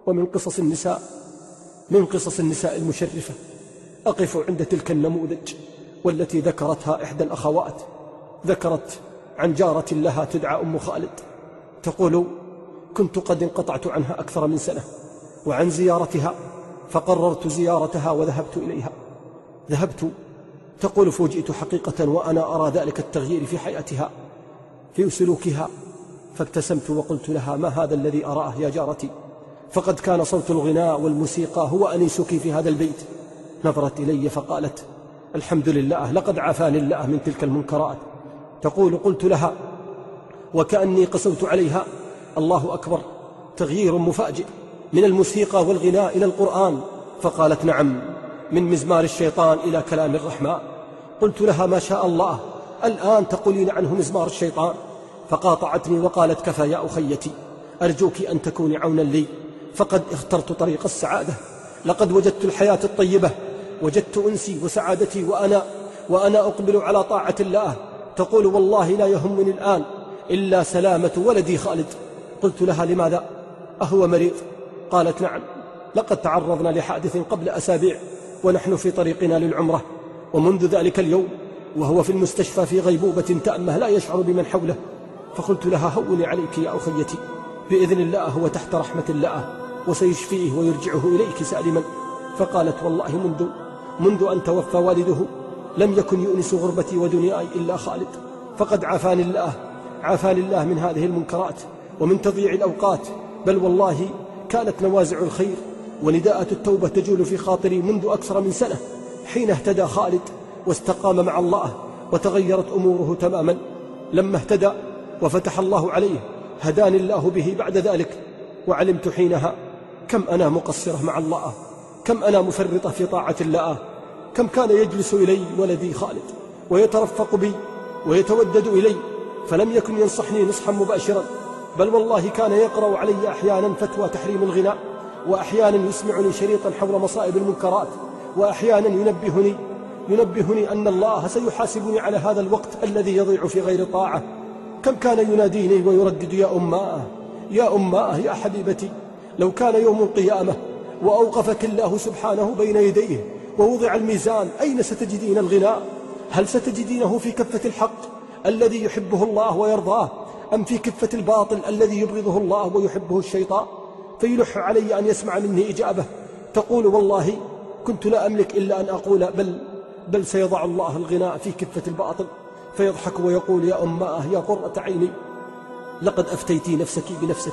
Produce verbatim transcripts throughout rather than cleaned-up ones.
ومن قصص النساء من قصص النساء المشرفة أقف عند تلك النموذج والتي ذكرتها إحدى الأخوات. ذكرت عن جارة لها تدعى أم خالد، تقول: كنت قد انقطعت عنها أكثر من سنة وعن زيارتها، فقررت زيارتها وذهبت إليها. ذهبت تقول: فوجئت حقيقة وأنا أرى ذلك التغيير في حياتها في سلوكها، فابتسمت وقلت لها: ما هذا الذي أراه يا جارتي؟ فقد كان صوت الغناء والموسيقى هو أنيسك في هذا البيت. نظرت إلي فقالت: الحمد لله، لقد عافاني الله من تلك المنكرات. تقول: قلت لها وكأني قسوت عليها: الله أكبر، تغيير مفاجئ من الموسيقى والغناء إلى القرآن. فقالت: نعم، من مزمار الشيطان إلى كلام الرحمن. قلت لها: ما شاء الله، الآن تقولين عنه مزمار الشيطان؟ فقاطعتني وقالت: كفى يا أخيتي، أرجوك أن تكوني عونا لي، فقد اخترت طريق السعادة. لقد وجدت الحياة الطيبة، وجدت أنسي وسعادتي وأنا, وأنا أقبل على طاعة الله. تقول: والله لا يهمني الآن إلا سلامة ولدي خالد. قلت لها: لماذا؟ أهو مريض؟ قالت: نعم، لقد تعرضنا لحادث قبل أسابيع ونحن في طريقنا للعمرة، ومنذ ذلك اليوم وهو في المستشفى في غيبوبة تامة لا يشعر بمن حوله. فقلت لها: هوني عليك يا أخيتي، بإذن الله هو تحت رحمة الله وسيشفيه ويرجعه إليك سالما. فقالت: والله منذ منذ أن توفى والده لم يكن يؤنس غربتي ودنياي إلا خالد، فقد عافاني الله عافاني الله من هذه المنكرات ومن تضييع الأوقات. بل والله كانت نوازع الخير ونداءة التوبة تجول في خاطري منذ أكثر من سنة، حين اهتدى خالد واستقام مع الله وتغيرت أموره تماما. لما اهتدى وفتح الله عليه هداني الله به بعد ذلك، وعلمت حينها كم أنا مقصرة مع الله، كم أنا مفرطة في طاعة الله. كم كان يجلس إلي ولدي خالد ويترفق بي ويتودد إلي، فلم يكن ينصحني نصحا مباشرا، بل والله كان يقرأ علي أحيانا فتوى تحريم الغناء، وأحيانا يسمعني شريطا حول مصائب المنكرات، وأحيانا ينبهني ينبهني أن الله سيحاسبني على هذا الوقت الذي يضيع في غير طاعة. كم كان يناديني ويردد: يا أماه يا أماه يا حبيبتي، لو كان يوم القيامة وأوقفك الله سبحانه بين يديه ووضع الميزان، أين ستجدين الغناء؟ هل ستجدينه في كفة الحق الذي يحبه الله ويرضاه، أم في كفة الباطل الذي يبغضه الله ويحبه الشيطان؟ فيلح علي أن يسمع مني إجابة. تقول: والله كنت لا أملك إلا أن أقول: بل بل سيضع الله الغناء في كفة الباطل. فيضحك ويقول: يا أماه يا قرة عيني، لقد أفتيتي نفسك بنفسك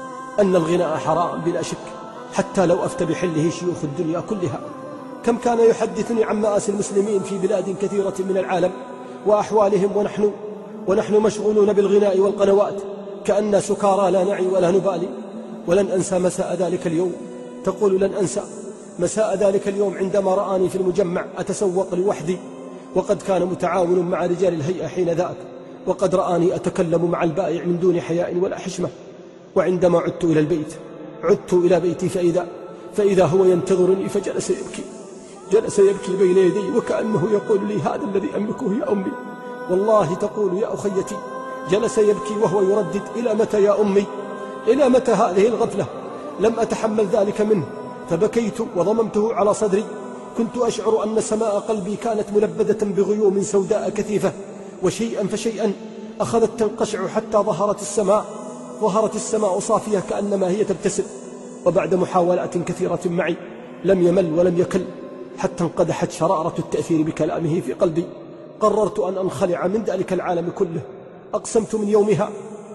أن الغناء حرام بلا شك، حتى لو أفتى بحله شيوخ الدنيا كلها. كم كان يحدثني عن مآسي المسلمين في بلاد كثيرة من العالم وأحوالهم، ونحن ونحن مشغولون بالغناء والقنوات كأننا سكارى لا نعي ولا نبالي. ولن أنسى مساء ذلك اليوم. تقول: لن أنسى مساء ذلك اليوم عندما رآني في المجمع أتسوق لوحدي، وقد كان متعاون مع رجال الهيئة حين ذاك، وقد رآني أتكلم مع البائع من دون حياء ولا حشمة. وعندما عدت إلى البيت عدت إلى بيتي فإذا, فإذا هو ينتظرني، فجلس يبكي جلس يبكي بين يدي وكأنه يقول لي: هذا الذي أملكه يا أمي. والله تقول يا أخيتي: جلس يبكي وهو يردد: إلى متى يا أمي؟ إلى متى هذه الغفلة؟ لم أتحمل ذلك منه، فبكيت وضممته على صدري. كنت أشعر أن سماء قلبي كانت ملبدة بغيوم سوداء كثيفة، وشيئا فشيئا أخذت تنقشع حتى ظهرت السماء ظهرت السماء صافية كأنما هي تبتسم. وبعد محاولات كثيرة معي لم يمل ولم يكل، حتى انقدحت شرارة التأثير بكلامه في قلبي. قررت أن أنخلع من ذلك العالم كله. أقسمت من يومها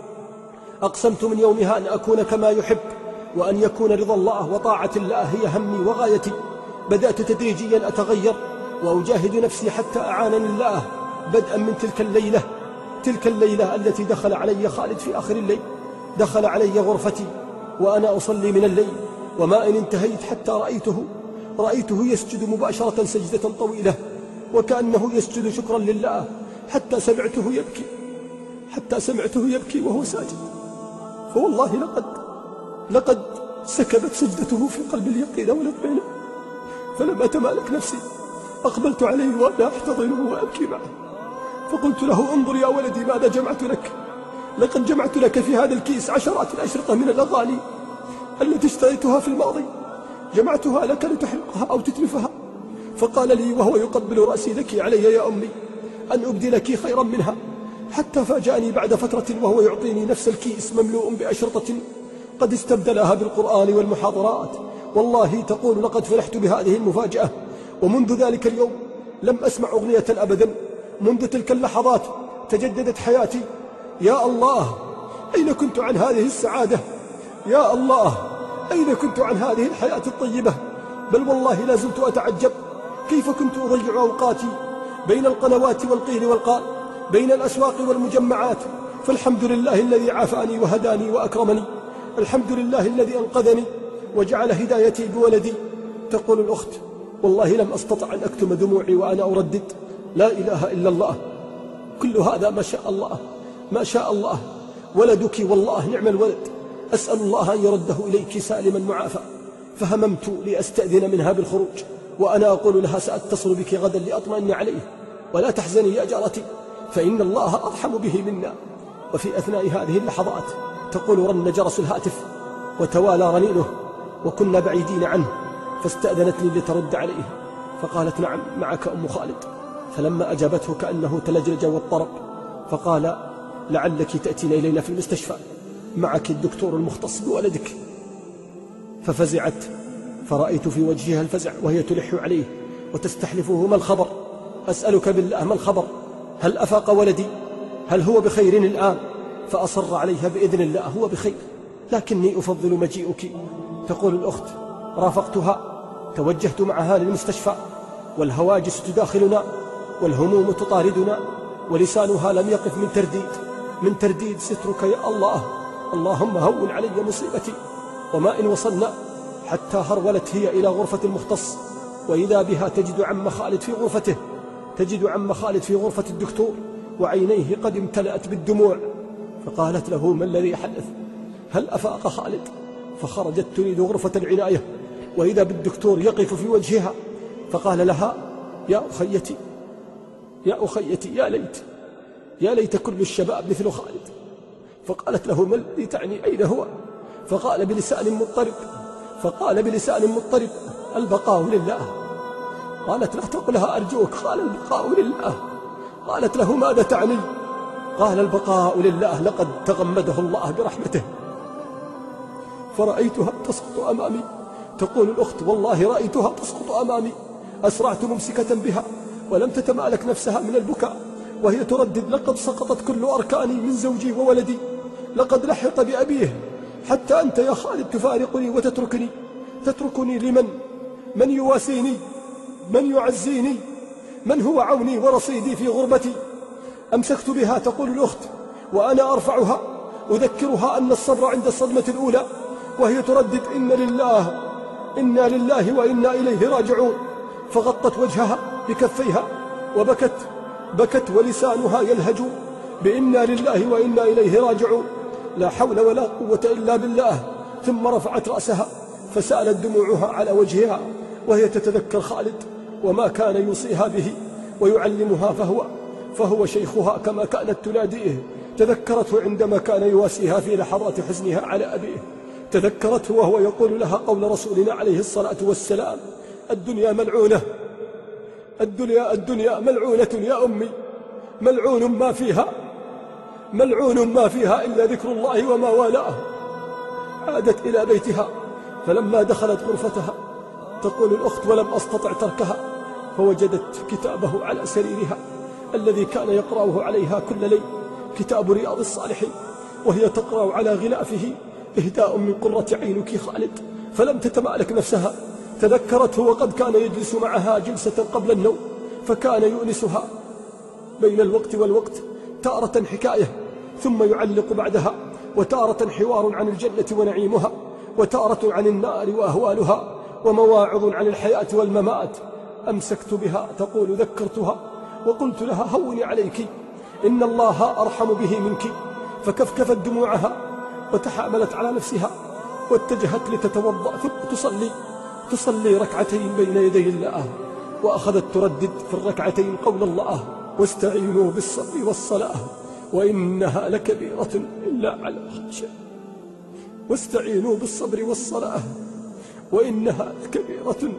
أقسمت من يومها أن أكون كما يحب، وأن يكون رضا الله وطاعة الله هي همي وغايتي. بدأت تدريجيا أتغير وأجاهد نفسي حتى أعانني الله، بدءا من تلك الليلة تلك الليلة التي دخل علي خالد في آخر الليل. دخل علي غرفتي وأنا أصلي من الليل، وما إن انتهيت حتى رأيته رأيته يسجد مباشرة سجدة طويلة، وكأنه يسجد شكرا لله، حتى سمعته يبكي حتى سمعته يبكي وهو ساجد. فوالله لقد لقد سكبت سجدته في قلب اليقين والاطمئنان، فلم أتمالك نفسي، أقبلت عليه وأنا أحتضنه وأبكي معه. فقلت له: انظر يا ولدي ماذا جمعت لك، لقد جمعت لك في هذا الكيس عشرات الأشرطة من الأغاني التي اشتريتها في الماضي جمعتها لك لتحرقها أو تتلفها. فقال لي وهو يقبل رأسي لك علي يا أمي أن أبدي لك خيرا منها، حتى فاجأني بعد فترة وهو يعطيني نفس الكيس مملوء بأشرطة قد استبدلها بالقرآن والمحاضرات. والله تقول لقد فرحت بهذه المفاجأة، ومنذ ذلك اليوم لم أسمع أغنية أبدا. منذ تلك اللحظات تجددت حياتي. يا الله أين كنت عن هذه السعادة؟ يا الله أين كنت عن هذه الحياة الطيبة؟ بل والله لا زلت أتعجب كيف كنت أضيع أوقاتي بين القنوات والقيل والقال، بين الأسواق والمجمعات. فالحمد لله الذي عافاني وهداني وأكرمني، الحمد لله الذي أنقذني وجعل هدايتي بولدي. تقول الأخت والله لم أستطع أن أكتم دموعي وأنا أردد لا إله إلا الله. كل هذا ما شاء الله ما شاء الله. ولدك والله نعم الولد، أسأل الله أن يرده إليك سالما معافى. فهممت لأستأذن منها بالخروج وأنا أقول لها سأتصل بك غدا لأطمئن عليه. ولا تحزني يا جارتي فإن الله أرحم به منا. وفي أثناء هذه اللحظات تقول رن جرس الهاتف وتوالى رنينه وكنا بعيدين عنه، فاستأذنتني لترد عليه فقالت نعم معك أم خالد. فلما أجابته كأنه تلجلج واضطرب فقال لعلك تأتين إلينا في المستشفى، معك الدكتور المختص بولدك. ففزعت، فرأيت في وجهها الفزع وهي تلح عليه وتستحلفه ما الخبر؟ أسألك بالله ما الخبر؟ هل أفاق ولدي؟ هل هو بخير الآن؟ فأصر عليها بإذن الله هو بخير، لكني أفضل مجيئك. تقول الأخت رافقتها، توجهت معها للمستشفى والهواجس تداخلنا والهموم تطاردنا، ولسانها لم يقف من ترديد من ترديد سترك يا الله، اللهم هون علي مصيبتي. وما إن وصلنا حتى هرولت هي إلى غرفة المختص، وإذا بها تجد عم خالد في غرفته تجد عم خالد في غرفة الدكتور وعينيه قد امتلأت بالدموع. فقالت له ما الذي حدث؟ هل أفاق خالد؟ فخرجت تريد غرفة العناية وإذا بالدكتور يقف في وجهها فقال لها يا أخيتي يا أخيتي يا ليت يا ليت كل الشباب مثل خالد. فقالت له ما الذي تعني؟ أين هو؟ فقال بلسان مضطرب فقال بلسان مضطرب البقاء لله. قالت لا تقلها أرجوك. قال البقاء لله. قالت له ماذا تعني؟ قال البقاء لله، لقد تغمده الله برحمته. فرأيتها تسقط أمامي. تقول الأخت والله رأيتها تسقط أمامي، أسرعت ممسكة بها ولم تتمالك نفسها من البكاء وهي تردد لقد سقطت كل أركاني من زوجي وولدي، لقد لحق بأبيه، حتى أنت يا خالد تفارقني وتتركني تتركني لمن؟ من يواسيني؟ من يعزيني؟ من هو عوني ورصيدي في غربتي؟ أمسكت بها. تقول الأخت وأنا أرفعها أذكرها أن الصبر عند الصدمة الأولى وهي تردد إن لله إنا لله وإنا إليه راجعون. فغطت وجهها بكفيها وبكت بكت ولسانها يلهج بإنا لله وإنا إليه راجعون، لا حول ولا قوة إلا بالله. ثم رفعت رأسها فسالت دموعها على وجهها وهي تتذكر خالد وما كان يوصيها به ويعلمها، فهو فهو شيخها كما كانت تناديه. تذكرته عندما كان يواسيها في لحظات حزنها على أبيه، تذكرته وهو يقول لها قول رسولنا عليه الصلاة والسلام الدنيا ملعونة الدنيا الدنيا ملعونة يا أمي، ملعون ما فيها ملعون ما فيها إلا ذكر الله وما والاه. عادت إلى بيتها فلما دخلت غرفتها تقول الأخت ولم أستطع تركها، فوجدت كتابه على سريرها الذي كان يقرأه عليها كل ليل، كتاب رياض الصالحين، وهي تقرأ على غلافه إهداء من قرة عينك خالد. فلم تتمالك نفسها، تذكرته وقد كان يجلس معها جلسة قبل النوم فكان يؤنسها بين الوقت والوقت، تارة حكاية ثم يعلق بعدها، وتارة حوار عن الجنة ونعيمها، وتارة عن النار وأهوالها، ومواعظ عن الحياة والممات. أمسكت بها. تقول ذكرتها وقلت لها هوني عليك، إن الله أرحم به منك. فكفكفت دموعها وتحاملت على نفسها واتجهت لتتوضأ ثم تصلي تصلي ركعتين بين يدي الله، وأخذت تردد في الركعتين قول الله واستعينوا بالصبر والصلاة وإنها لكبيرة إلا على الخاشعين. واستعينوا بالصبر والصلاة وإنها لكبيرة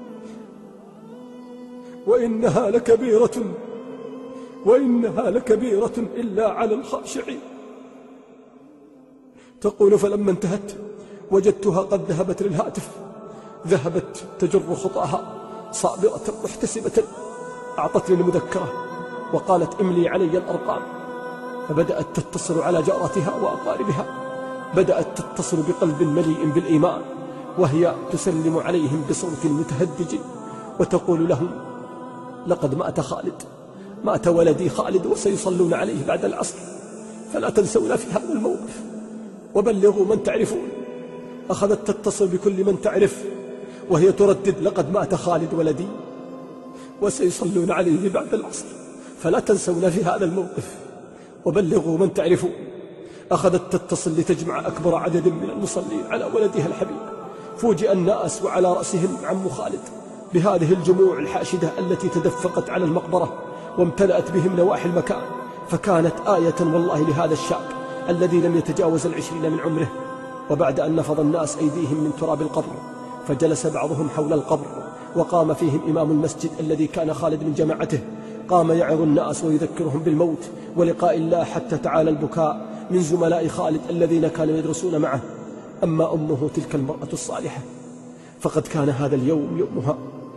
وإنها لكبيرة وإنها لكبيرة إلا على الخاشعين. تقول فلما انتهت وجدتها قد ذهبت للهاتف، ذهبت تجر خطاها صابرة محتسبة، أعطتني المذكرة وقالت املي علي الأرقام، فبدأت تتصل على جارتها وأقاربها، بدأت تتصل بقلب مليء بالإيمان، وهي تسلم عليهم بصوت متهدج وتقول لهم لقد مات خالد، مات ولدي خالد وسيصلون عليه بعد العصر، فلا تنسونا في هذا الموقف وبلغوا من تعرفون. أخذت تتصل بكل من تعرف وهي تردد لقد مات خالد ولدي وسيصلون عليه بعد العصر، فلا تنسونا في هذا الموقف وبلغوا من تعرفون. أخذت تتصل لتجمع أكبر عدد من المصلين على ولدها الحبيب. فوجئ الناس وعلى رأسهم عم خالد بهذه الجموع الحاشدة التي تدفقت على المقبرة وامتلأت بهم نواحي المكان، فكانت آية والله لهذا الشاب الذي لم يتجاوز العشرين من عمره. وبعد أن نفض الناس أيديهم من تراب القبر فجلس بعضهم حول القبر، وقام فيهم إمام المسجد الذي كان خالد من جماعته، قام يعظ الناس ويذكرهم بالموت ولقاء الله حتى تعالى البكاء من زملاء خالد الذين كانوا يدرسون معه. أما أمه تلك المرأة الصالحة فقد كان هذا اليوم يومها،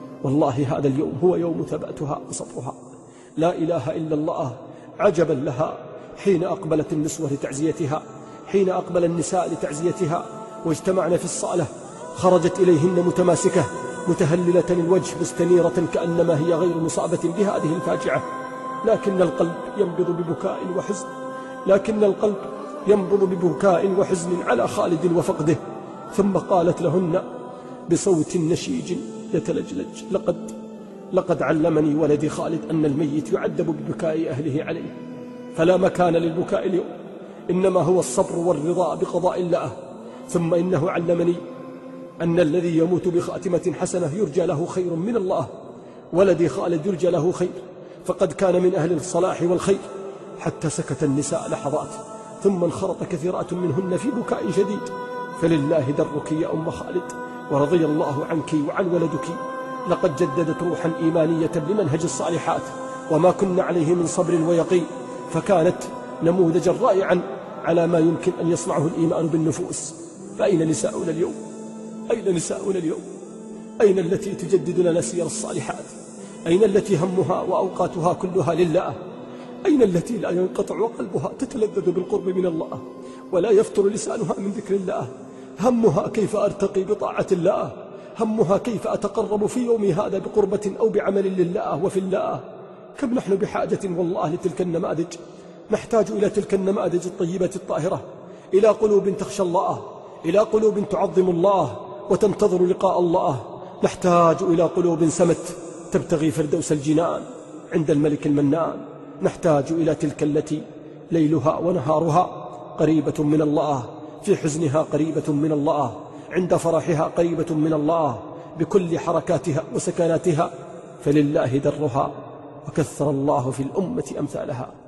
والله هذا اليوم هو يوم ثباتها وصبرها. لا إله إلا الله. عجبا لها حين أقبلت النسوة لتعزيتها، حين أقبل النساء لتعزيتها واجتمعن في الصالة، خرجت إليهن متماسكة متهللة الوجه مستنيرة كأنما هي غير مصابة بهذه الفاجعة، لكن القلب ينبض ببكاء وحزن، لكن القلب ينبض ببكاء وحزن على خالد وفقده. ثم قالت لهن بصوت نشيج يتلجلج لقد لقد علمني ولدي خالد أن الميت يعذب ببكاء أهله عليه، فلا مكان للبكاء اليوم، إنما هو الصبر والرضا بقضاء الله. ثم إنه علمني أن الذي يموت بخاتمة حسنة يرجى له خير من الله، ولدي خالد يرجى له خير، فقد كان من أهل الصلاح والخير. حتى سكت النساء لحظات ثم انخرط كثيرات منهن في بكاء شديد. فلله درك يا أم خالد، ورضي الله عنك وعن ولدك، لقد جددت روحا إيمانية بمنهج الصالحات وما كنا عليه من صبر ويقين، فكانت نموذجا رائعا على ما يمكن أن يصنعه الإيمان بالنفوس. فأين نساؤنا اليوم؟ أين نساؤنا اليوم؟ أين التي تجدد لنا سير الصالحات؟ أين التي همها وأوقاتها كلها لله؟ أين التي لا ينقطع قلبها تتلذذ بالقرب من الله ولا يفتر لسانها من ذكر الله؟ همها كيف أرتقي بطاعة الله، همها كيف أتقرب في يومي هذا بقربة أو بعمل لله وفي الله. كم نحن بحاجة والله لتلك النماذج، نحتاج إلى تلك النماذج الطيبة الطاهرة، إلى قلوب تخشى الله، إلى قلوب تعظم الله وتنتظر لقاء الله. نحتاج إلى قلوب سمت تبتغي فردوس الجنان عند الملك المنان. نحتاج إلى تلك التي ليلها ونهارها قريبة من الله، في حزنها قريبة من الله، عند فرحها قريبة من الله، بكل حركاتها وسكناتها. فلله درها، وكثر الله في الأمة أمثالها.